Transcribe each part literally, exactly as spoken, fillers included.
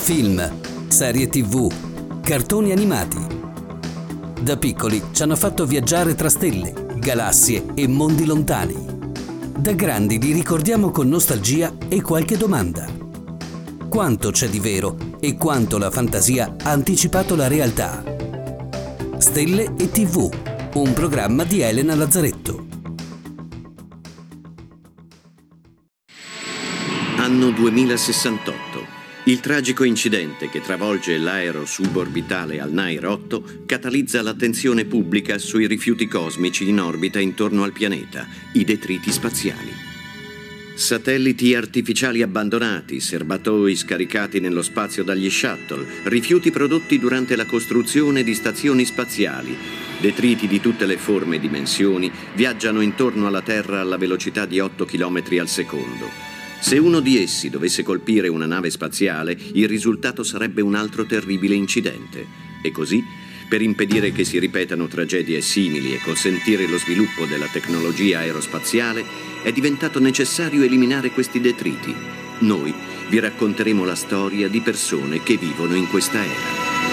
film, serie tivù, cartoni animati. Da piccoli ci hanno fatto viaggiare tra stelle, galassie e mondi lontani. Da grandi li ricordiamo con nostalgia e qualche domanda. Quanto c'è di vero e quanto la fantasia ha anticipato la realtà? Stelle e tivù, un programma di Elena Lazzaretto. Anno duemilasessantotto. Il tragico incidente che travolge l'aereo suborbitale Al Nair otto catalizza l'attenzione pubblica sui rifiuti cosmici in orbita intorno al pianeta, i detriti spaziali. Satelliti artificiali abbandonati, serbatoi scaricati nello spazio dagli shuttle, rifiuti prodotti durante la costruzione di stazioni spaziali, detriti di tutte le forme e dimensioni viaggiano intorno alla Terra alla velocità di otto chilometri al secondo. Se uno di essi dovesse colpire una nave spaziale, il risultato sarebbe un altro terribile incidente. E così, per impedire che si ripetano tragedie simili e consentire lo sviluppo della tecnologia aerospaziale, è diventato necessario eliminare questi detriti. Noi vi racconteremo la storia di persone che vivono in questa era.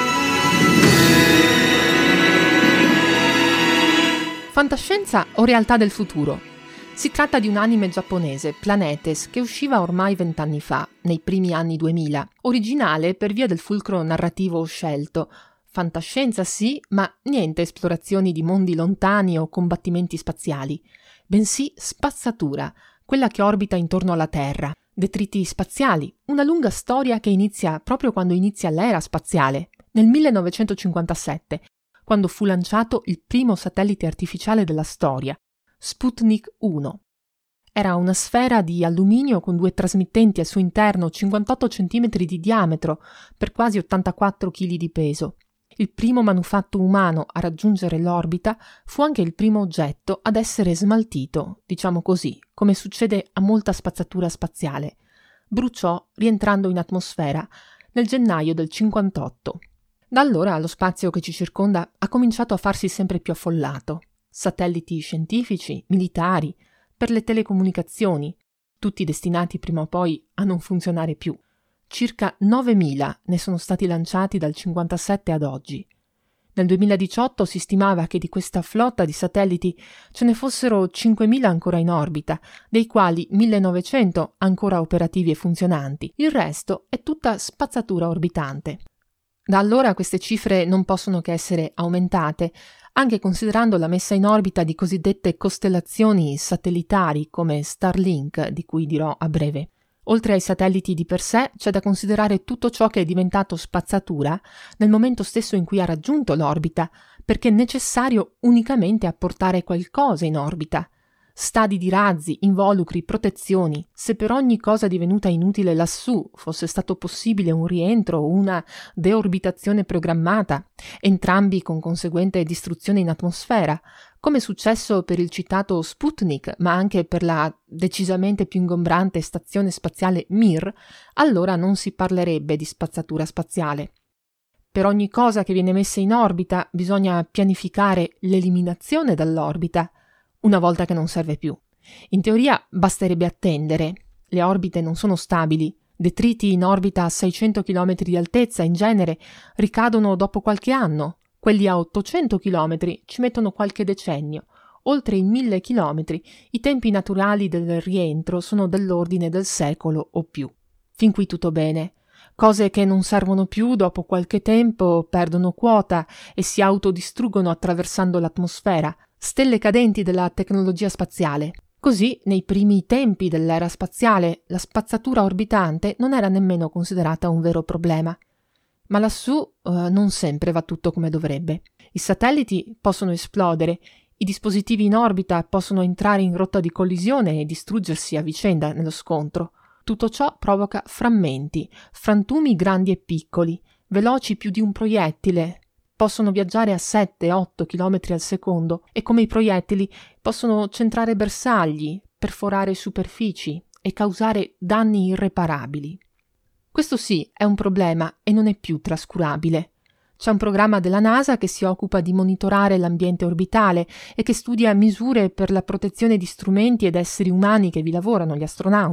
Fantascienza o realtà del futuro? Si tratta di un anime giapponese, Planetes, che usciva ormai vent'anni fa, nei primi anni duemila. Originale per via del fulcro narrativo scelto. Fantascienza sì, ma niente esplorazioni di mondi lontani o combattimenti spaziali. Bensì spazzatura, quella che orbita intorno alla Terra. Detriti spaziali, una lunga storia che inizia proprio quando inizia l'era spaziale, nel millenovecentocinquantasette, quando fu lanciato il primo satellite artificiale della storia, Sputnik uno. Era una sfera di alluminio con due trasmittenti al suo interno, cinquantotto centimetri di diametro, per quasi ottantaquattro chili di peso. Il primo manufatto umano a raggiungere l'orbita fu anche il primo oggetto ad essere smaltito, diciamo così, come succede a molta spazzatura spaziale. Bruciò rientrando in atmosfera nel gennaio del cinquantotto. Da allora lo spazio che ci circonda ha cominciato a farsi sempre più affollato. Satelliti scientifici, militari, per le telecomunicazioni, tutti destinati prima o poi a non funzionare più. Circa novemila ne sono stati lanciati dal cinquantasette ad oggi. Nel duemiladiciotto si stimava che di questa flotta di satelliti ce ne fossero cinquemila ancora in orbita, dei quali millenovecento ancora operativi e funzionanti. Il resto è tutta spazzatura orbitante. Da allora queste cifre non possono che essere aumentate, anche considerando la messa in orbita di cosiddette costellazioni satellitari come Starlink, di cui dirò a breve. Oltre ai satelliti di per sé, c'è da considerare tutto ciò che è diventato spazzatura nel momento stesso in cui ha raggiunto l'orbita, perché è necessario unicamente apportare qualcosa in orbita. Stadi di razzi, involucri, protezioni. Se per ogni cosa divenuta inutile lassù fosse stato possibile un rientro o una deorbitazione programmata, entrambi con conseguente distruzione in atmosfera, come è successo per il citato Sputnik, ma anche per la decisamente più ingombrante stazione spaziale Mir, allora non si parlerebbe di spazzatura spaziale. Per ogni cosa che viene messa in orbita bisogna pianificare l'eliminazione dall'orbita, una volta che non serve più. In teoria basterebbe attendere. Le orbite non sono stabili. Detriti in orbita a seicento chilometri di altezza in genere ricadono dopo qualche anno. Quelli a ottocento chilometri ci mettono qualche decennio. Oltre i mille chilometri i tempi naturali del rientro sono dell'ordine del secolo o più. Fin qui tutto bene. Cose che non servono più dopo qualche tempo perdono quota e si autodistruggono attraversando l'atmosfera. Stelle cadenti della tecnologia spaziale. Così, nei primi tempi dell'era spaziale, la spazzatura orbitante non era nemmeno considerata un vero problema. Ma lassù uh, non sempre va tutto come dovrebbe. I satelliti possono esplodere, i dispositivi in orbita possono entrare in rotta di collisione e distruggersi a vicenda nello scontro. Tutto ciò provoca frammenti, frantumi grandi e piccoli, veloci più di un proiettile. Possono viaggiare a sette otto chilometri al secondo e come i proiettili possono centrare bersagli, perforare superfici e causare danni irreparabili. Questo sì è un problema e non è più trascurabile. C'è un programma della NASA che si occupa di monitorare l'ambiente orbitale e che studia misure per la protezione di strumenti ed esseri umani che vi lavorano, gli astronauti.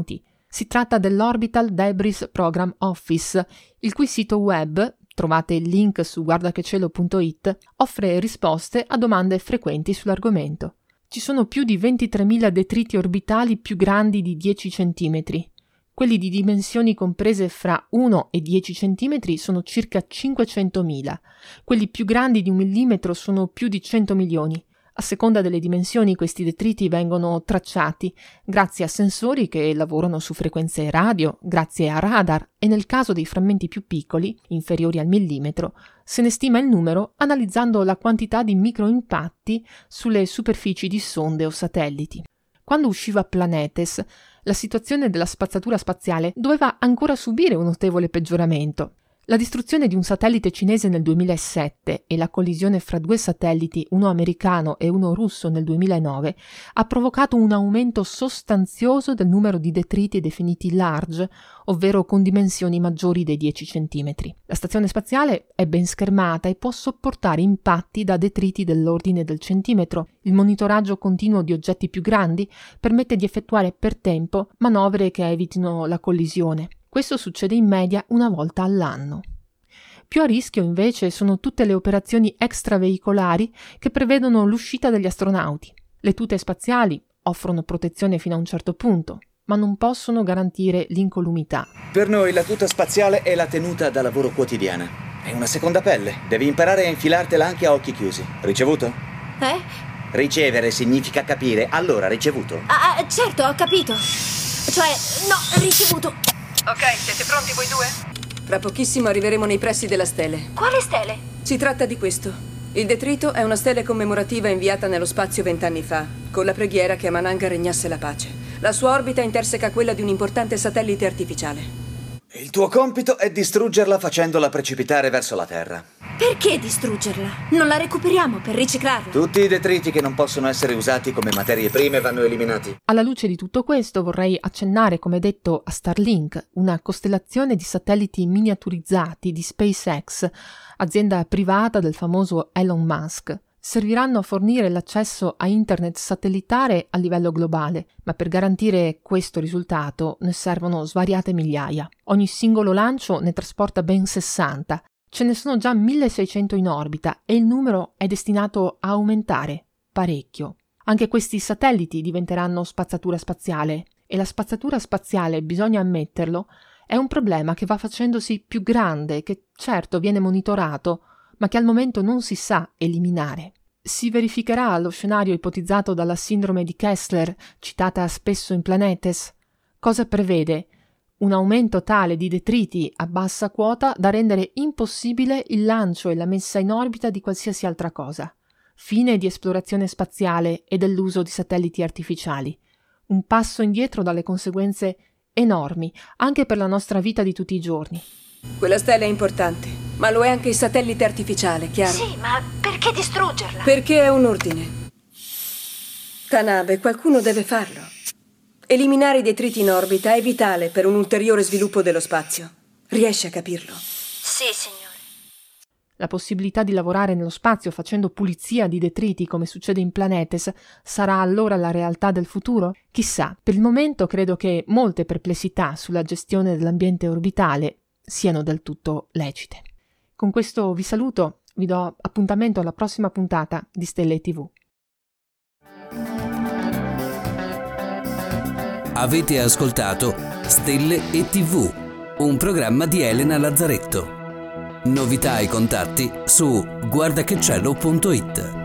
Si tratta dell'Orbital Debris Program Office, il cui sito web, trovate il link su guardachecielo punto it, offre risposte a domande frequenti sull'argomento. Ci sono più di ventitremila detriti orbitali più grandi di dieci centimetri. Quelli di dimensioni comprese fra uno e dieci centimetri sono circa cinquecentomila. Quelli più grandi di un millimetro sono più di cento milioni. A seconda delle dimensioni questi detriti vengono tracciati grazie a sensori che lavorano su frequenze radio, grazie a radar e nel caso dei frammenti più piccoli, inferiori al millimetro, se ne stima il numero analizzando la quantità di microimpatti sulle superfici di sonde o satelliti. Quando usciva Planetes, la situazione della spazzatura spaziale doveva ancora subire un notevole peggioramento. La distruzione di un satellite cinese nel duemilasette e la collisione fra due satelliti, uno americano e uno russo nel duemilanove, ha provocato un aumento sostanzioso del numero di detriti definiti large, ovvero con dimensioni maggiori dei dieci centimetri. La stazione spaziale è ben schermata e può sopportare impatti da detriti dell'ordine del centimetro. Il monitoraggio continuo di oggetti più grandi permette di effettuare per tempo manovre che evitino la collisione. Questo succede in media una volta all'anno. Più a rischio invece sono tutte le operazioni extraveicolari che prevedono l'uscita degli astronauti. Le tute spaziali offrono protezione fino a un certo punto, ma non possono garantire l'incolumità. Per noi la tuta spaziale è la tenuta da lavoro quotidiana. È una seconda pelle. Devi imparare a infilartela anche a occhi chiusi. Ricevuto? Eh? Ricevere significa capire. Allora, ricevuto? Ah, certo, ho capito. Cioè, no, ricevuto. Ok, siete pronti voi due? Fra pochissimo arriveremo nei pressi della stele. Quale stele? Si tratta di questo. Il detrito è una stele commemorativa inviata nello spazio vent'anni fa, con la preghiera che a Mananga regnasse la pace. La sua orbita interseca quella di un importante satellite artificiale. Il tuo compito è distruggerla facendola precipitare verso la Terra. Perché distruggerla? Non la recuperiamo per riciclarla? Tutti i detriti che non possono essere usati come materie prime vanno eliminati. Alla luce di tutto questo vorrei accennare, come detto, a Starlink, una costellazione di satelliti miniaturizzati di SpaceX, azienda privata del famoso Elon Musk. Serviranno a fornire l'accesso a internet satellitare a livello globale, ma per garantire questo risultato ne servono svariate migliaia. Ogni singolo lancio ne trasporta ben sessanta. Ce ne sono già milleseicento in orbita e il numero è destinato a aumentare parecchio. Anche questi satelliti diventeranno spazzatura spaziale e la spazzatura spaziale, bisogna ammetterlo, è un problema che va facendosi più grande, che certo viene monitorato, ma che al momento non si sa eliminare. Si verificherà lo scenario ipotizzato dalla sindrome di Kessler, citata spesso in Planetes. Cosa prevede? Un aumento tale di detriti a bassa quota da rendere impossibile il lancio e la messa in orbita di qualsiasi altra cosa. Fine di esplorazione spaziale e dell'uso di satelliti artificiali. Un passo indietro dalle conseguenze enormi, anche per la nostra vita di tutti i giorni. Quella stella è importante, ma lo è anche il satellite artificiale, chiaro? Sì, ma perché distruggerla? Perché è un ordine. Tanabe, qualcuno deve farlo. Eliminare i detriti in orbita è vitale per un ulteriore sviluppo dello spazio. Riesci a capirlo? Sì, signore. La possibilità di lavorare nello spazio facendo pulizia di detriti come succede in Planetes sarà allora la realtà del futuro? Chissà, per il momento credo che molte perplessità sulla gestione dell'ambiente orbitale siano del tutto lecite. Con questo vi saluto, vi do appuntamento alla prossima puntata di Stelle tivù. Avete ascoltato Stelle e tivù, un programma di Elena Lazzaretto. Novità e contatti su guardachecielo punto it.